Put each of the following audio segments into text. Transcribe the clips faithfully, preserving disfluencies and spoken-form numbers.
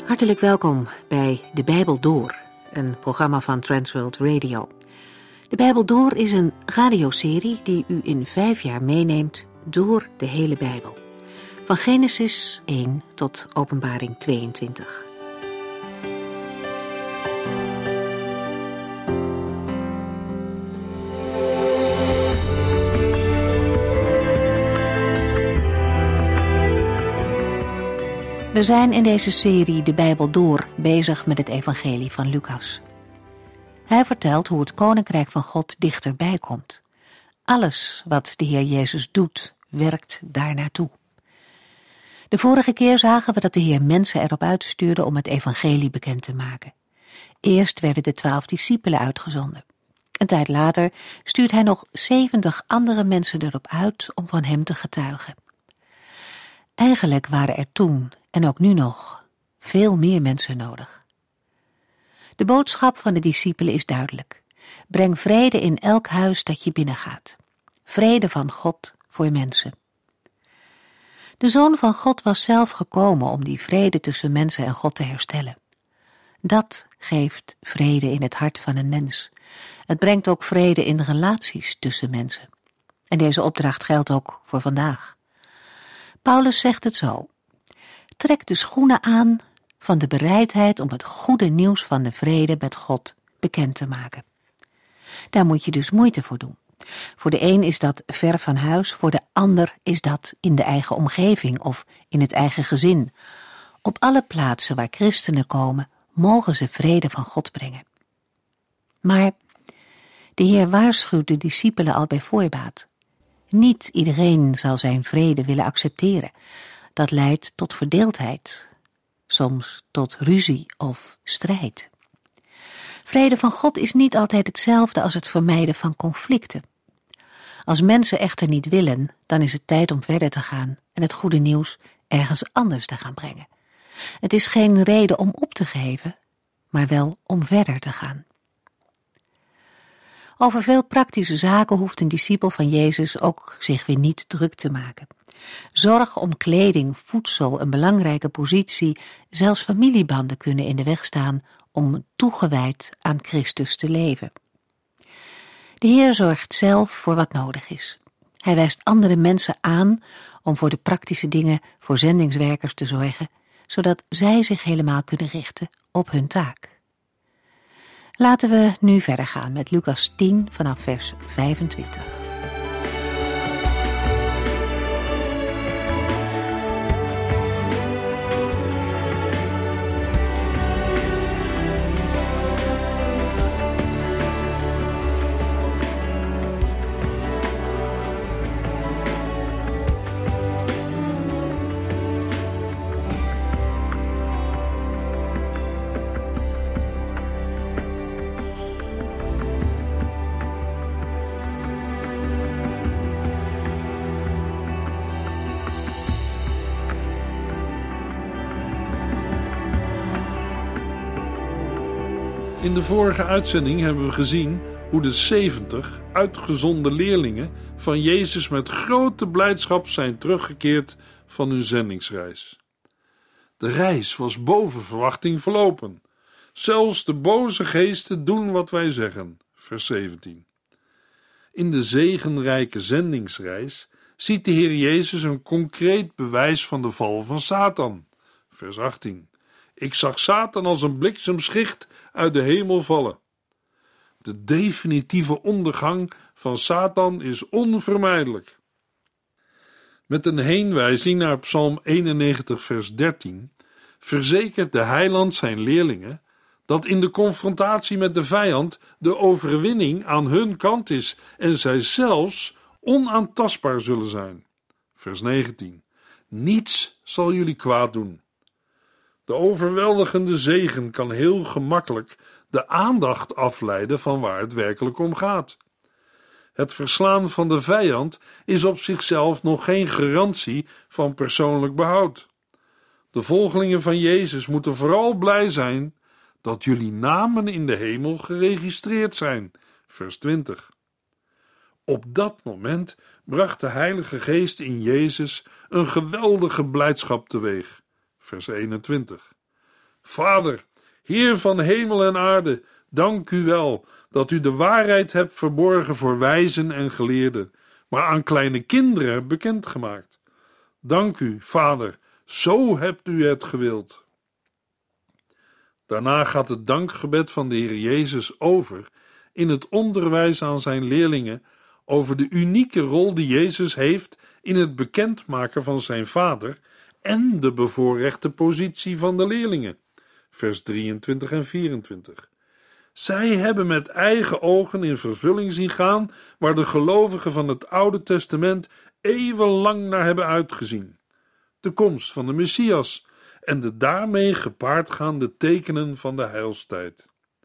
Hartelijk welkom bij De Bijbel Door, een programma van Transworld Radio. De Bijbel Door is een radioserie die u in vijf jaar meeneemt door de hele Bijbel. Van Genesis één tot Openbaring tweeëntwintig. We zijn in deze serie De Bijbel Door bezig met het evangelie van Lucas. Hij vertelt hoe het koninkrijk van God dichterbij komt. Alles wat de Heer Jezus doet, werkt daar naartoe. De vorige keer zagen we dat de Heer mensen erop uitstuurde om het evangelie bekend te maken. Eerst werden de twaalf discipelen uitgezonden. Een tijd later stuurt hij nog zeventig andere mensen erop uit om van hem te getuigen. Eigenlijk waren er toen, en ook nu nog, veel meer mensen nodig. De boodschap van de discipelen is duidelijk. Breng vrede in elk huis dat je binnengaat. Vrede van God voor mensen. De Zoon van God was zelf gekomen om die vrede tussen mensen en God te herstellen. Dat geeft vrede in het hart van een mens. Het brengt ook vrede in de relaties tussen mensen. En deze opdracht geldt ook voor vandaag. Paulus zegt het zo. Trek de schoenen aan van de bereidheid om het goede nieuws van de vrede met God bekend te maken. Daar moet je dus moeite voor doen. Voor de een is dat ver van huis, voor de ander is dat in de eigen omgeving of in het eigen gezin. Op alle plaatsen waar christenen komen, mogen ze vrede van God brengen. Maar de Heer waarschuwt de discipelen al bij voorbaat. Niet iedereen zal zijn vrede willen accepteren. Dat leidt tot verdeeldheid, soms tot ruzie of strijd. Vrede van God is niet altijd hetzelfde als het vermijden van conflicten. Als mensen echter niet willen, dan is het tijd om verder te gaan en het goede nieuws ergens anders te gaan brengen. Het is geen reden om op te geven, maar wel om verder te gaan. Over veel praktische zaken hoeft een discipel van Jezus ook zich weer niet druk te maken. Zorg om kleding, voedsel, een belangrijke positie, zelfs familiebanden kunnen in de weg staan om toegewijd aan Christus te leven. De Heer zorgt zelf voor wat nodig is. Hij wijst andere mensen aan om voor de praktische dingen voor zendingswerkers te zorgen, zodat zij zich helemaal kunnen richten op hun taak. Laten we nu verder gaan met Lucas tien vanaf vers vijfentwintig. In de vorige uitzending hebben we gezien hoe de zeventig uitgezonden leerlingen van Jezus met grote blijdschap zijn teruggekeerd van hun zendingsreis. De reis was boven verwachting verlopen. Zelfs de boze geesten doen wat wij zeggen, vers zeventien. In de zegenrijke zendingsreis ziet de Heer Jezus een concreet bewijs van de val van Satan, vers achttien. Ik zag Satan als een bliksemschicht uit de hemel vallen. De definitieve ondergang van Satan is onvermijdelijk. Met een heenwijzing naar Psalm eenennegentig vers dertien verzekert de heiland zijn leerlingen dat in de confrontatie met de vijand de overwinning aan hun kant is en zij zelfs onaantastbaar zullen zijn. Vers negentien. Niets zal jullie kwaad doen. De overweldigende zegen kan heel gemakkelijk de aandacht afleiden van waar het werkelijk om gaat. Het verslaan van de vijand is op zichzelf nog geen garantie van persoonlijk behoud. De volgelingen van Jezus moeten vooral blij zijn dat jullie namen in de hemel geregistreerd zijn, vers twintig. Op dat moment bracht de Heilige Geest in Jezus een geweldige blijdschap teweeg, vers eenentwintig. Vader, Heer van hemel en aarde, dank u wel dat u de waarheid hebt verborgen voor wijzen en geleerden, maar aan kleine kinderen bekendgemaakt. Dank u, Vader, zo hebt u het gewild. Daarna gaat het dankgebed van de Heer Jezus over in het onderwijs aan zijn leerlingen over de unieke rol die Jezus heeft in het bekendmaken van zijn Vader en de bevoorrechte positie van de leerlingen. Vers drieëntwintig en vierentwintig. Zij hebben met eigen ogen in vervulling zien gaan waar de gelovigen van het Oude Testament eeuwenlang naar hebben uitgezien. De komst van de Messias en de daarmee gepaard gaande tekenen van de heilstijd.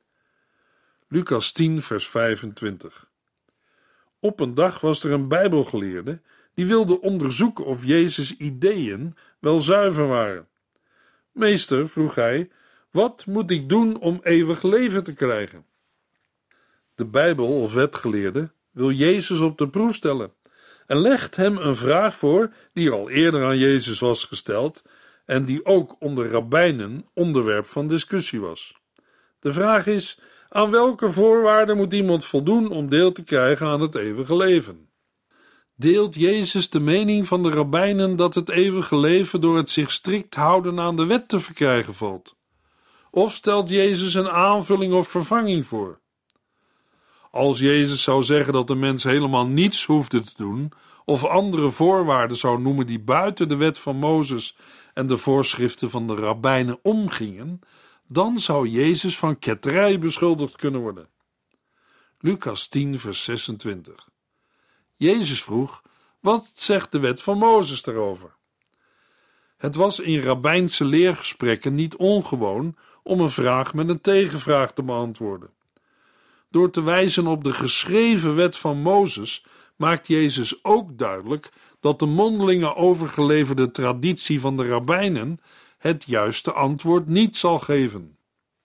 Lucas tien, vers vijfentwintig. Op een dag was er een Bijbelgeleerde die wilde onderzoeken of Jezus' ideeën wel zuiver waren. Meester, vroeg hij, wat moet ik doen om eeuwig leven te krijgen? De Bijbel- of wetgeleerde wil Jezus op de proef stellen en legt hem een vraag voor die al eerder aan Jezus was gesteld en die ook onder rabbijnen onderwerp van discussie was. De vraag is: aan welke voorwaarden moet iemand voldoen om deel te krijgen aan het eeuwige leven? Deelt Jezus de mening van de rabbijnen dat het eeuwige leven door het zich strikt houden aan de wet te verkrijgen valt? Of stelt Jezus een aanvulling of vervanging voor? Als Jezus zou zeggen dat de mens helemaal niets hoefde te doen, of andere voorwaarden zou noemen die buiten de wet van Mozes en de voorschriften van de rabbijnen omgingen, dan zou Jezus van ketterij beschuldigd kunnen worden. Lucas tien, vers zesentwintig. Jezus vroeg: wat zegt de wet van Mozes daarover? Het was in rabbijnse leergesprekken niet ongewoon om een vraag met een tegenvraag te beantwoorden. Door te wijzen op de geschreven wet van Mozes maakt Jezus ook duidelijk dat de mondelinge overgeleverde traditie van de rabbijnen het juiste antwoord niet zal geven.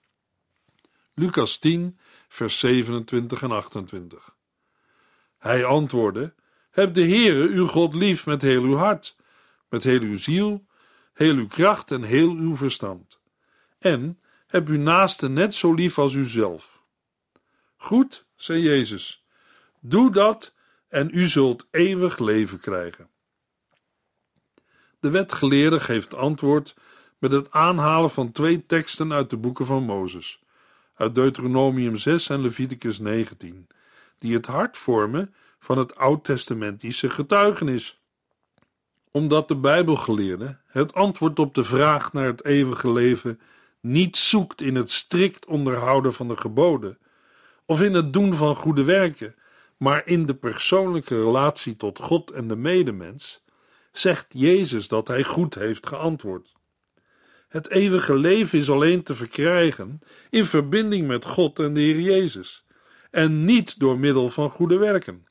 Lucas tien, vers zevenentwintig en achtentwintig. Hij antwoordde: heb de Heere uw God lief met heel uw hart, met heel uw ziel, heel uw kracht en heel uw verstand. En heb uw naaste net zo lief als uzelf. Goed, zei Jezus, doe dat en u zult eeuwig leven krijgen. De wetgeleerde geeft antwoord met het aanhalen van twee teksten uit de boeken van Mozes, uit Deuteronomium zes en Leviticus negentien, die het hart vormen van het oud-testamentische getuigenis. Omdat de Bijbelgeleerde het antwoord op de vraag naar het eeuwige leven niet zoekt in het strikt onderhouden van de geboden of in het doen van goede werken, maar in de persoonlijke relatie tot God en de medemens, zegt Jezus dat hij goed heeft geantwoord. Het eeuwige leven is alleen te verkrijgen in verbinding met God en de Heer Jezus, en niet door middel van goede werken.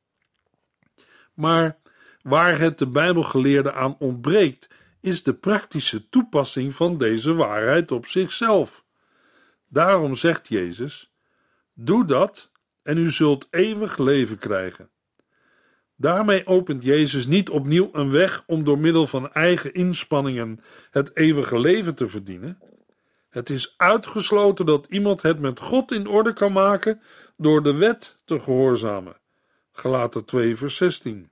Maar waar het de Bijbelgeleerde aan ontbreekt, is de praktische toepassing van deze waarheid op zichzelf. Daarom zegt Jezus: doe dat en u zult eeuwig leven krijgen. Daarmee opent Jezus niet opnieuw een weg om door middel van eigen inspanningen het eeuwige leven te verdienen. Het is uitgesloten dat iemand het met God in orde kan maken door de wet te gehoorzamen. Galaten twee, vers zestien.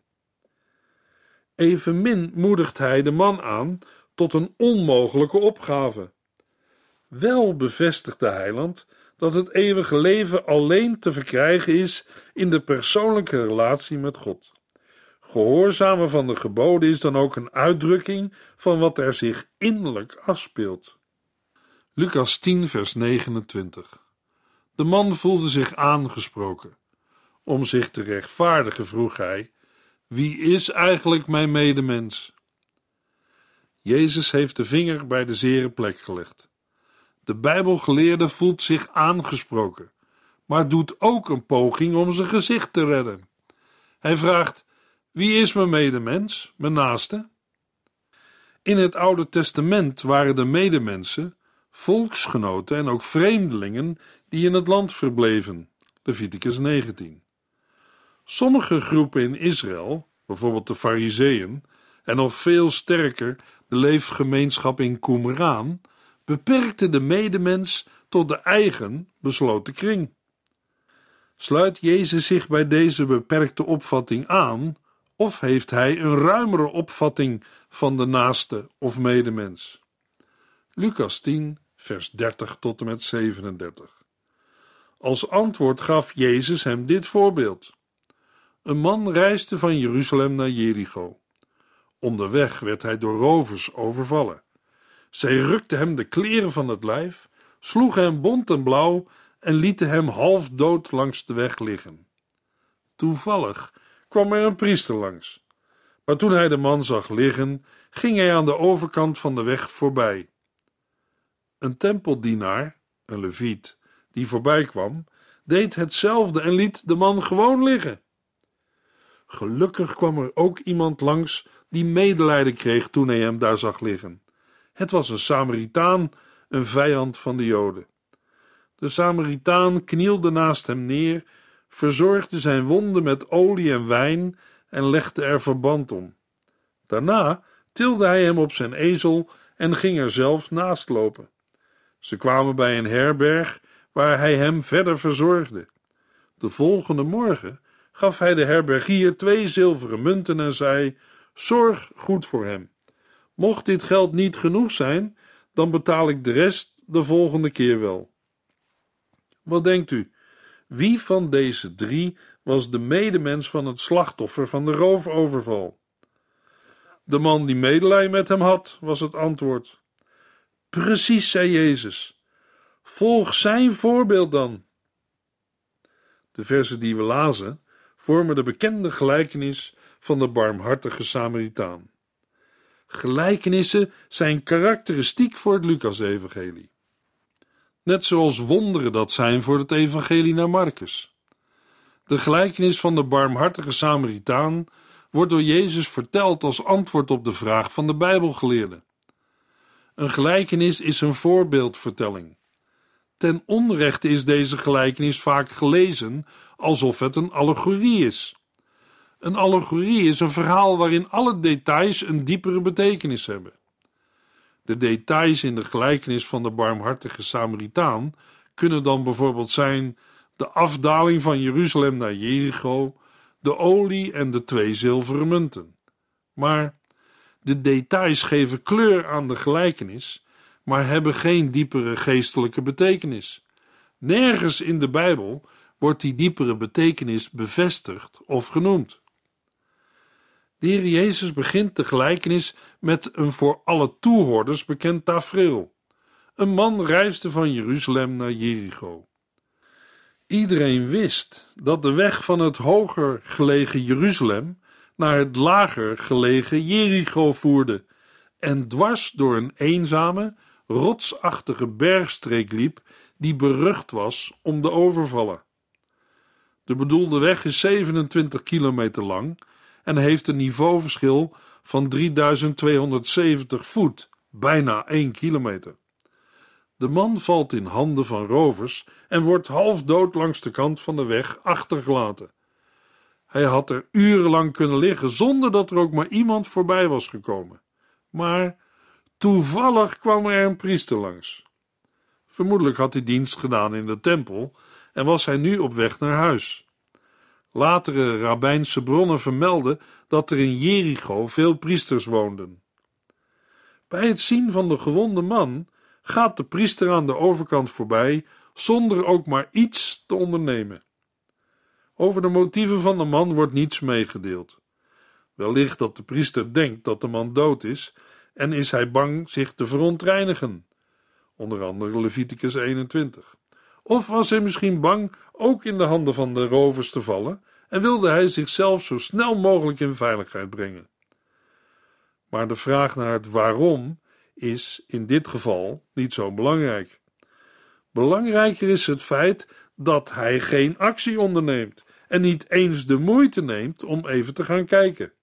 Evenmin moedigt hij de man aan tot een onmogelijke opgave. Wel bevestigt de heiland dat het eeuwige leven alleen te verkrijgen is in de persoonlijke relatie met God. Gehoorzamen van de geboden is dan ook een uitdrukking van wat er zich innerlijk afspeelt. Lucas tien, vers negenentwintig. De man voelde zich aangesproken. Om zich te rechtvaardigen vroeg hij: wie is eigenlijk mijn medemens? Jezus heeft de vinger bij de zere plek gelegd. De Bijbelgeleerde voelt zich aangesproken, maar doet ook een poging om zijn gezicht te redden. Hij vraagt: wie is mijn medemens, mijn naaste? In het Oude Testament waren de medemensen volksgenoten en ook vreemdelingen die in het land verbleven. Leviticus negentien. Sommige groepen in Israël, bijvoorbeeld de Farizeeën, en nog veel sterker de leefgemeenschap in Qumran, beperkte de medemens tot de eigen besloten kring. Sluit Jezus zich bij deze beperkte opvatting aan, of heeft hij een ruimere opvatting van de naaste of medemens? Lucas tien, vers dertig tot en met zevenendertig. Als antwoord gaf Jezus hem dit voorbeeld. Een man reisde van Jeruzalem naar Jericho. Onderweg werd hij door rovers overvallen. Zij rukten hem de kleren van het lijf, sloegen hem bont en blauw en lieten hem half dood langs de weg liggen. Toevallig kwam er een priester langs, maar toen hij de man zag liggen, ging hij aan de overkant van de weg voorbij. Een tempeldienaar, een leviet, die voorbij kwam, deed hetzelfde en liet de man gewoon liggen. Gelukkig kwam er ook iemand langs die medelijden kreeg toen hij hem daar zag liggen. Het was een Samaritaan, een vijand van de Joden. De Samaritaan knielde naast hem neer, verzorgde zijn wonden met olie en wijn en legde er verband om. Daarna tilde hij hem op zijn ezel en ging er zelf naast lopen. Ze kwamen bij een herberg waar hij hem verder verzorgde. De volgende morgen gaf hij de herbergier twee zilveren munten en zei: zorg goed voor hem. Mocht dit geld niet genoeg zijn, dan betaal ik de rest de volgende keer wel. Wat denkt u? Wie van deze drie was de medemens van het slachtoffer van de roofoverval? De man die medelijden met hem had, was het antwoord. Precies, zei Jezus. Volg zijn voorbeeld dan. De verzen die we lazen vormen de bekende gelijkenis van de barmhartige Samaritaan. Gelijkenissen zijn karakteristiek voor het Lucas-evangelie. Net zoals wonderen dat zijn voor het evangelie naar Marcus. De gelijkenis van de barmhartige Samaritaan wordt door Jezus verteld als antwoord op de vraag van de Bijbelgeleerden. Een gelijkenis is een voorbeeldvertelling. Ten onrechte is deze gelijkenis vaak gelezen alsof het een allegorie is. Een allegorie is een verhaal waarin alle details een diepere betekenis hebben. De details in de gelijkenis van de barmhartige Samaritaan kunnen dan bijvoorbeeld zijn de afdaling van Jeruzalem naar Jericho, de olie en de twee zilveren munten. Maar de details geven kleur aan de gelijkenis, maar hebben geen diepere geestelijke betekenis. Nergens in de Bijbel wordt die diepere betekenis bevestigd of genoemd. De Heer Jezus begint de gelijkenis met een voor alle toehoorders bekend tafereel. Een man reisde van Jeruzalem naar Jericho. Iedereen wist dat de weg van het hoger gelegen Jeruzalem naar het lager gelegen Jericho voerde en dwars door een eenzame, rotsachtige bergstreek liep die berucht was om de overvallen. De bedoelde weg is zevenentwintig kilometer lang en heeft een niveauverschil van drieduizend tweehonderdzeventig voet, bijna één kilometer. De man valt in handen van rovers en wordt half dood langs de kant van de weg achtergelaten. Hij had er urenlang kunnen liggen zonder dat er ook maar iemand voorbij was gekomen. Maar toevallig kwam er een priester langs. Vermoedelijk had hij dienst gedaan in de tempel en was hij nu op weg naar huis. Latere rabbijnse bronnen vermelden dat er in Jericho veel priesters woonden. Bij het zien van de gewonde man gaat de priester aan de overkant voorbij zonder ook maar iets te ondernemen. Over de motieven van de man wordt niets meegedeeld. Wellicht dat de priester denkt dat de man dood is en is hij bang zich te verontreinigen. Onder andere Leviticus eenentwintig. Of was hij misschien bang ook in de handen van de rovers te vallen en wilde hij zichzelf zo snel mogelijk in veiligheid brengen. Maar de vraag naar het waarom is in dit geval niet zo belangrijk. Belangrijker is het feit dat hij geen actie onderneemt en niet eens de moeite neemt om even te gaan kijken.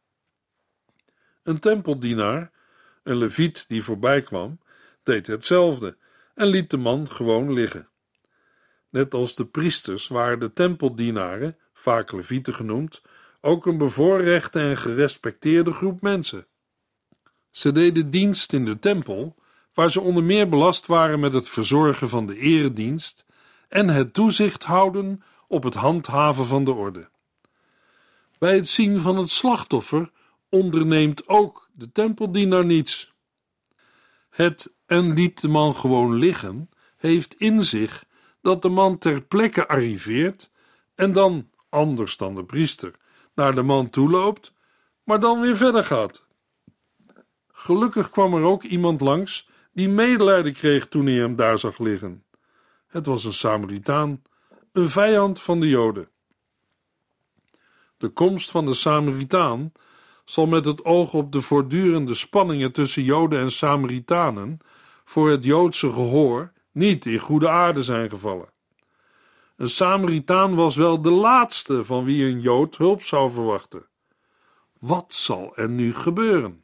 Een tempeldienaar, een leviet die voorbij kwam, deed hetzelfde en liet de man gewoon liggen. Net als de priesters waren de tempeldienaren, vaak levieten genoemd, ook een bevoorrechte en gerespecteerde groep mensen. Ze deden dienst in de tempel, waar ze onder meer belast waren met het verzorgen van de eredienst en het toezicht houden op het handhaven van de orde. Bij het zien van het slachtoffer onderneemt ook de tempeldienaar niets. Het en liet de man gewoon liggen heeft in zich dat de man ter plekke arriveert en dan, anders dan de priester, naar de man toeloopt, maar dan weer verder gaat. Gelukkig kwam er ook iemand langs die medelijden kreeg toen hij hem daar zag liggen. Het was een Samaritaan, een vijand van de Joden. De komst van de Samaritaan zal met het oog op de voortdurende spanningen tussen Joden en Samaritanen voor het Joodse gehoor niet in goede aarde zijn gevallen. Een Samaritaan was wel de laatste van wie een Jood hulp zou verwachten. Wat zal er nu gebeuren?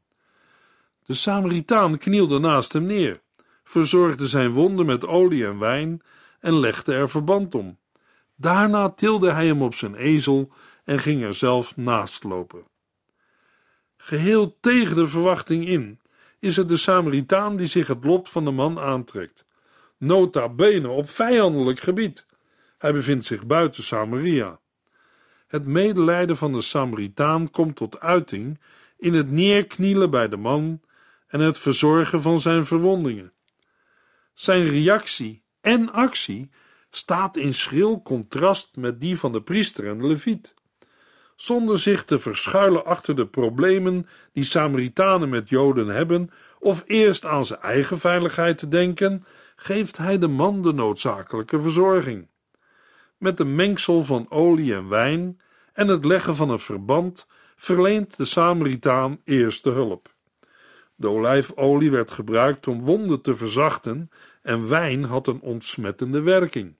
De Samaritaan knielde naast hem neer, verzorgde zijn wonden met olie en wijn en legde er verband om. Daarna tilde hij hem op zijn ezel en ging er zelf naast lopen. Geheel tegen de verwachting in is het de Samaritaan die zich het lot van de man aantrekt. Nota bene op vijandelijk gebied. Hij bevindt zich buiten Samaria. Het medelijden van de Samaritaan komt tot uiting in het neerknielen bij de man en het verzorgen van zijn verwondingen. Zijn reactie en actie staat in schril contrast met die van de priester en de leviet. Zonder zich te verschuilen achter de problemen die Samaritanen met Joden hebben, of eerst aan zijn eigen veiligheid te denken, geeft hij de man de noodzakelijke verzorging. Met een mengsel van olie en wijn en het leggen van een verband verleent de Samaritaan eerste hulp. De olijfolie werd gebruikt om wonden te verzachten en wijn had een ontsmettende werking.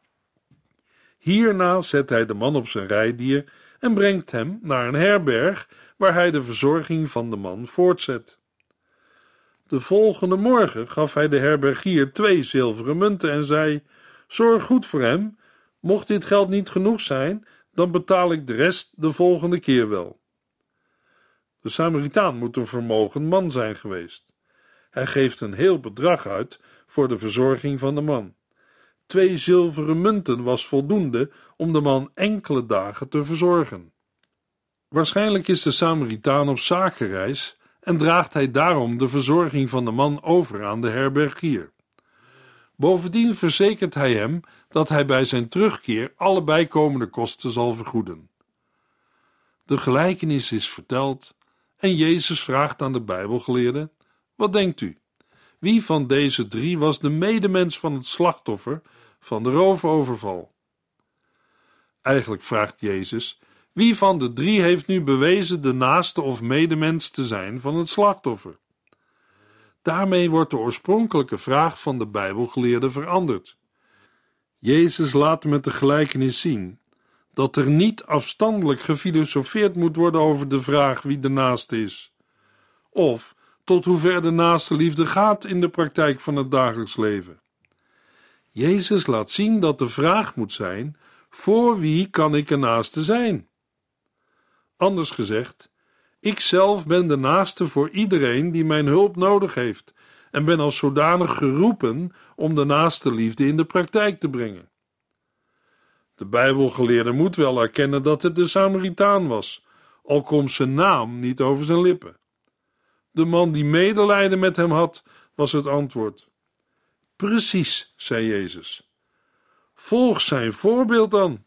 Hierna zet hij de man op zijn rijdier en brengt hem naar een herberg waar hij de verzorging van de man voortzet. De volgende morgen gaf hij de herbergier twee zilveren munten en zei: "Zorg goed voor hem. Mocht dit geld niet genoeg zijn, dan betaal ik de rest de volgende keer wel." De Samaritaan moet een vermogend man zijn geweest. Hij geeft een heel bedrag uit voor de verzorging van de man. Twee zilveren munten was voldoende om de man enkele dagen te verzorgen. Waarschijnlijk is de Samaritaan op zakenreis en draagt hij daarom de verzorging van de man over aan de herbergier. Bovendien verzekert hij hem dat hij bij zijn terugkeer alle bijkomende kosten zal vergoeden. De gelijkenis is verteld en Jezus vraagt aan de Bijbelgeleerden: "Wat denkt u? Wie van deze drie was de medemens van het slachtoffer van de roofoverval?" Eigenlijk vraagt Jezus: wie van de drie heeft nu bewezen de naaste of medemens te zijn van het slachtoffer? Daarmee wordt de oorspronkelijke vraag van de Bijbelgeleerden veranderd. Jezus laat met de gelijkenis zien dat er niet afstandelijk gefilosofeerd moet worden over de vraag wie de naaste is, of tot hoever de naaste liefde gaat in de praktijk van het dagelijks leven. Jezus laat zien dat de vraag moet zijn: voor wie kan ik een naaste zijn? Anders gezegd, ik zelf ben de naaste voor iedereen die mijn hulp nodig heeft en ben als zodanig geroepen om de naaste liefde in de praktijk te brengen. De Bijbelgeleerde moet wel erkennen dat het de Samaritaan was, al komt zijn naam niet over zijn lippen. De man die medelijden met hem had, was het antwoord. Precies, zei Jezus. Volg zijn voorbeeld dan.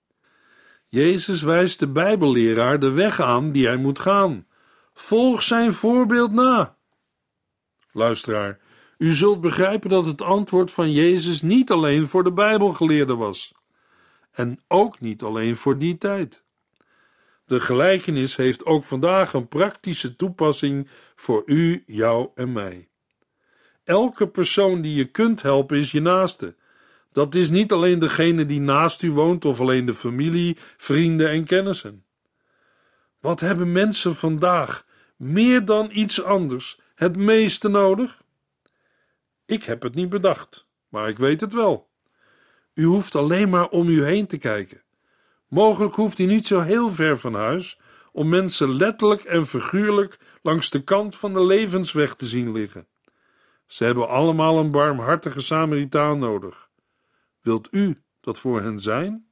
Jezus wijst de Bijbelleraar de weg aan die hij moet gaan. Volg zijn voorbeeld na. Luisteraar, u zult begrijpen dat het antwoord van Jezus niet alleen voor de Bijbelgeleerden was. En ook niet alleen voor die tijd. De gelijkenis heeft ook vandaag een praktische toepassing voor u, jou en mij. Elke persoon die je kunt helpen is je naaste. Dat is niet alleen degene die naast u woont of alleen de familie, vrienden en kennissen. Wat hebben mensen vandaag meer dan iets anders het meeste nodig? Ik heb het niet bedacht, maar ik weet het wel. U hoeft alleen maar om u heen te kijken. Mogelijk hoeft u niet zo heel ver van huis om mensen letterlijk en figuurlijk langs de kant van de levensweg te zien liggen. Ze hebben allemaal een barmhartige Samaritaan nodig. Wilt u dat voor hen zijn?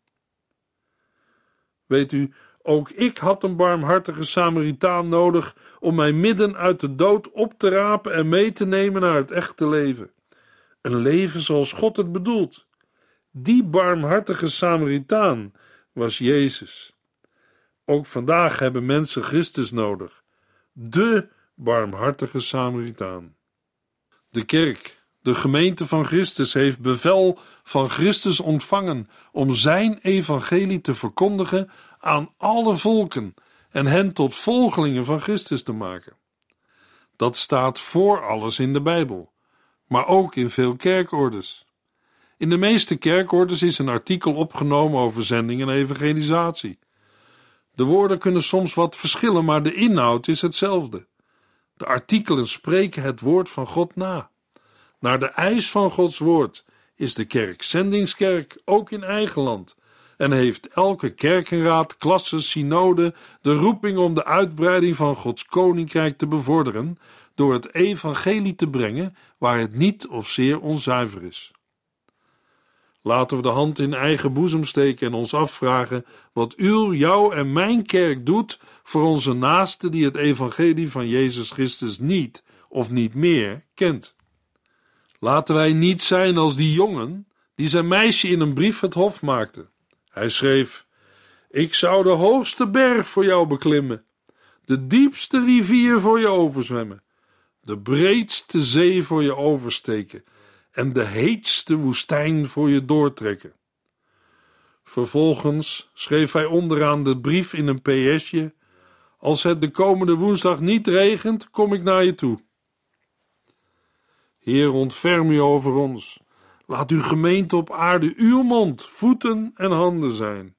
Weet u, ook ik had een barmhartige Samaritaan nodig om mij midden uit de dood op te rapen en mee te nemen naar het echte leven. Een leven zoals God het bedoelt. Die barmhartige Samaritaan was Jezus. Ook vandaag hebben mensen Christus nodig. De barmhartige Samaritaan. De kerk, de gemeente van Christus, heeft bevel van Christus ontvangen om zijn evangelie te verkondigen aan alle volken en hen tot volgelingen van Christus te maken. Dat staat voor alles in de Bijbel, maar ook in veel kerkordes. In de meeste kerkordes is een artikel opgenomen over zending en evangelisatie. De woorden kunnen soms wat verschillen, maar de inhoud is hetzelfde. De artikelen spreken het woord van God na. Naar de eis van Gods woord is de kerk zendingskerk, ook in eigen land, en heeft elke kerkenraad, klasse, synode de roeping om de uitbreiding van Gods koninkrijk te bevorderen door het evangelie te brengen waar het niet of zeer onzuiver is. Laten we de hand in eigen boezem steken en ons afvragen wat uw, jouw en mijn kerk doet voor onze naasten die het evangelie van Jezus Christus niet of niet meer kent. Laten wij niet zijn als die jongen die zijn meisje in een brief het hof maakte. Hij schreef: ik zou de hoogste berg voor jou beklimmen, de diepste rivier voor je overzwemmen, de breedste zee voor je oversteken en de heetste woestijn voor je doortrekken. Vervolgens schreef hij onderaan de brief in een P S'je: als het de komende woensdag niet regent, kom ik naar je toe. Heer, ontferm u over ons. Laat uw gemeente op aarde uw mond, voeten en handen zijn.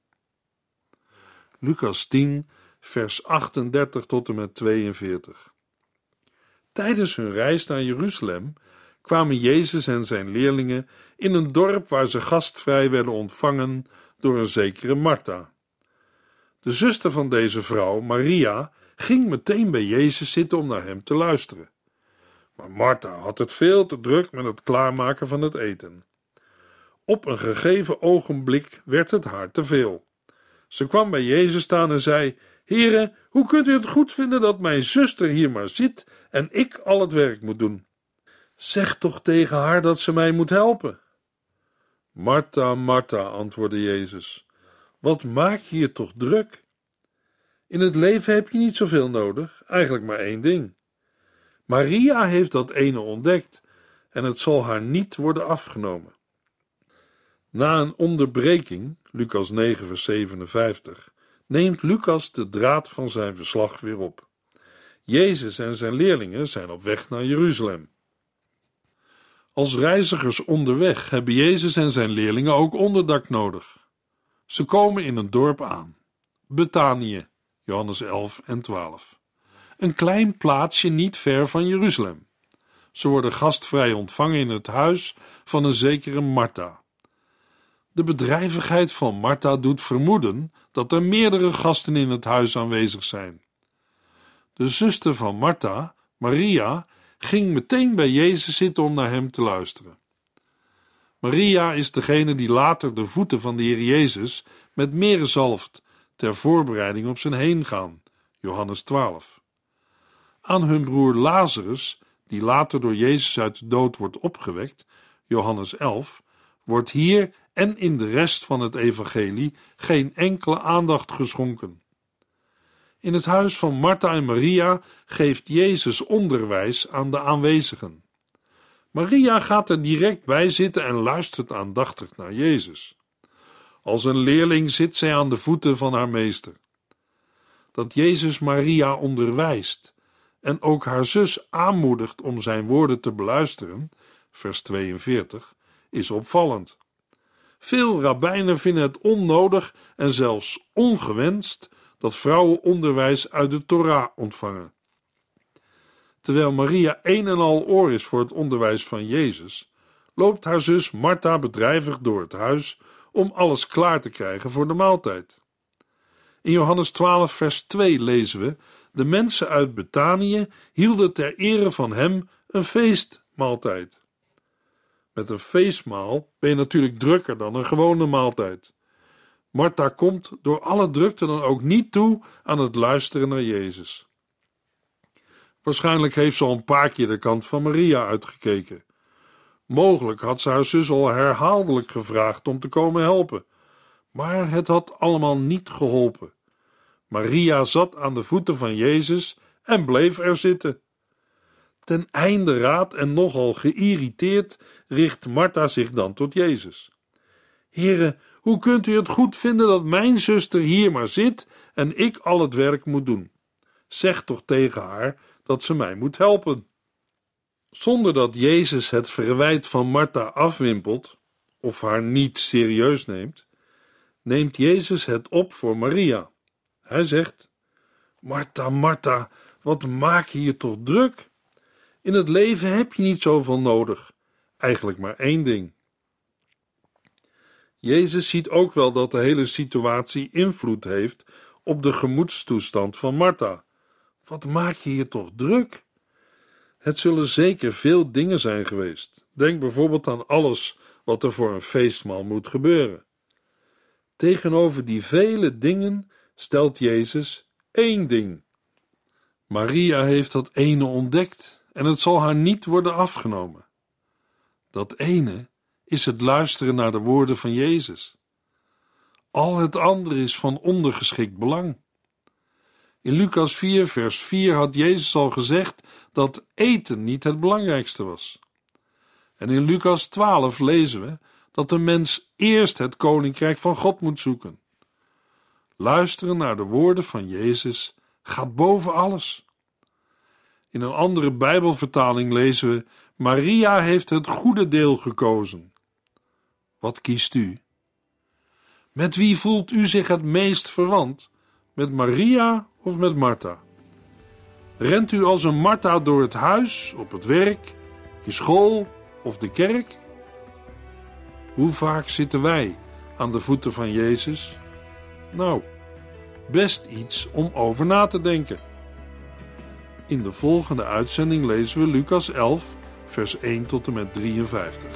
Lucas tien, vers achtendertig tot en met tweeënveertig. Tijdens hun reis naar Jeruzalem kwamen Jezus en zijn leerlingen in een dorp waar ze gastvrij werden ontvangen door een zekere Martha. De zuster van deze vrouw, Maria, ging meteen bij Jezus zitten om naar hem te luisteren. Maar Martha had het veel te druk met het klaarmaken van het eten. Op een gegeven ogenblik werd het haar te veel. Ze kwam bij Jezus staan en zei: Heere, hoe kunt u het goed vinden dat mijn zuster hier maar zit en ik al het werk moet doen? Zeg toch tegen haar dat ze mij moet helpen. Martha, Martha, antwoordde Jezus, wat maak je je toch druk? In het leven heb je niet zoveel nodig, eigenlijk maar één ding. Maria heeft dat ene ontdekt en het zal haar niet worden afgenomen. Na een onderbreking, Lucas negen vers zevenenvijftig, neemt Lucas de draad van zijn verslag weer op. Jezus en zijn leerlingen zijn op weg naar Jeruzalem. Als reizigers onderweg hebben Jezus en zijn leerlingen ook onderdak nodig. Ze komen in een dorp aan, Betanië, Johannes elf en twaalf. Een klein plaatsje niet ver van Jeruzalem. Ze worden gastvrij ontvangen in het huis van een zekere Martha. De bedrijvigheid van Martha doet vermoeden dat er meerdere gasten in het huis aanwezig zijn. De zuster van Martha, Maria, ging meteen bij Jezus zitten om naar hem te luisteren. Maria is degene die later de voeten van de Heer Jezus met mirre zalft ter voorbereiding op zijn heengaan, Johannes twaalf. Aan hun broer Lazarus, die later door Jezus uit de dood wordt opgewekt, Johannes elf, wordt hier en in de rest van het evangelie geen enkele aandacht geschonken. In het huis van Martha en Maria geeft Jezus onderwijs aan de aanwezigen. Maria gaat er direct bij zitten en luistert aandachtig naar Jezus. Als een leerling zit zij aan de voeten van haar meester. Dat Jezus Maria onderwijst en ook haar zus aanmoedigt om zijn woorden te beluisteren, vers tweeënveertig, is opvallend. Veel rabbijnen vinden het onnodig en zelfs ongewenst dat vrouwen onderwijs uit de Torah ontvangen. Terwijl Maria een en al oor is voor het onderwijs van Jezus, loopt haar zus Martha bedrijvig door het huis om alles klaar te krijgen voor de maaltijd. In Johannes twaalf vers twee lezen we: de mensen uit Betanië hielden ter ere van hem een feest maaltijd. Met een feestmaal ben je natuurlijk drukker dan een gewone maaltijd. Martha komt door alle drukte dan ook niet toe aan het luisteren naar Jezus. Waarschijnlijk heeft ze al een paar keer de kant van Maria uitgekeken. Mogelijk had ze haar zus al herhaaldelijk gevraagd om te komen helpen, maar het had allemaal niet geholpen. Maria zat aan de voeten van Jezus en bleef er zitten. Ten einde raad en nogal geïrriteerd richt Martha zich dan tot Jezus. Heere, hoe kunt u het goed vinden dat mijn zuster hier maar zit en ik al het werk moet doen? Zeg toch tegen haar dat ze mij moet helpen. Zonder dat Jezus het verwijt van Martha afwimpelt of haar niet serieus neemt, neemt Jezus het op voor Maria. Hij zegt: Martha, Martha, wat maak je je toch druk? In het leven heb je niet zoveel nodig, eigenlijk maar één ding. Jezus ziet ook wel dat de hele situatie invloed heeft op de gemoedstoestand van Martha. Wat maak je je toch druk? Het zullen zeker veel dingen zijn geweest. Denk bijvoorbeeld aan alles wat er voor een feestmaal moet gebeuren. Tegenover die vele dingen stelt Jezus één ding. Maria heeft dat ene ontdekt en het zal haar niet worden afgenomen. Dat ene is het luisteren naar de woorden van Jezus. Al het andere is van ondergeschikt belang. In Lucas vier, vers vier had Jezus al gezegd dat eten niet het belangrijkste was. En in Lucas twaalf lezen we dat de mens eerst het koninkrijk van God moet zoeken. Luisteren naar de woorden van Jezus gaat boven alles. In een andere Bijbelvertaling lezen we: Maria heeft het goede deel gekozen. Wat kiest u? Met wie voelt u zich het meest verwant? Met Maria of met Martha? Rent u als een Martha door het huis, op het werk, in school of de kerk? Hoe vaak zitten wij aan de voeten van Jezus? Nou, best iets om over na te denken. In de volgende uitzending lezen we Lucas elf, vers één tot en met drieënvijftig.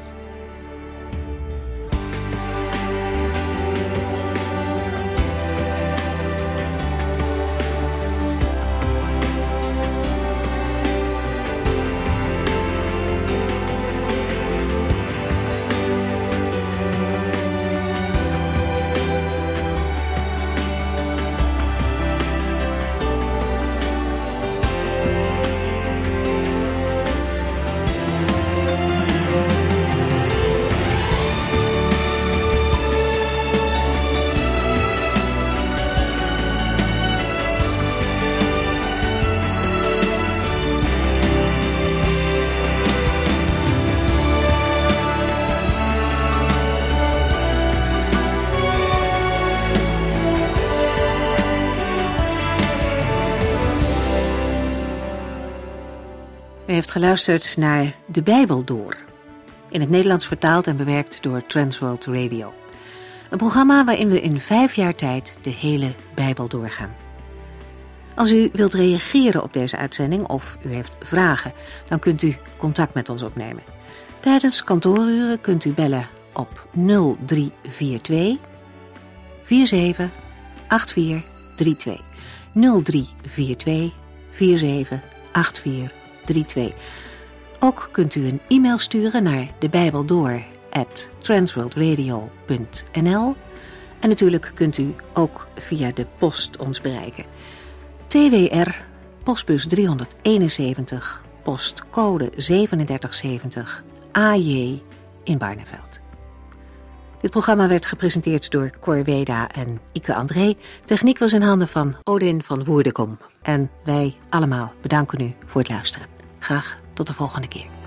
U heeft geluisterd naar De Bijbel Door. In het Nederlands vertaald en bewerkt door Transworld Radio. Een programma waarin we in vijf jaar tijd de hele Bijbel doorgaan. Als u wilt reageren op deze uitzending of u heeft vragen, dan kunt u contact met ons opnemen. Tijdens kantooruren kunt u bellen op nul drie vier twee vier zeven acht vier drie twee. nul drie vier twee vier zeven acht vier drie twee. Ook kunt u een e-mail sturen naar debijbeldoor at transworldradio punt n l en natuurlijk kunt u ook via de post ons bereiken. T W R, postbus driehonderdeenenzeventig, postcode zevenendertig zeventig, A J in Barneveld. Dit programma werd gepresenteerd door Cor Weda en Ike André. Techniek was in handen van Odin van Woerdekom. En wij allemaal bedanken u voor het luisteren. Graag tot de volgende keer.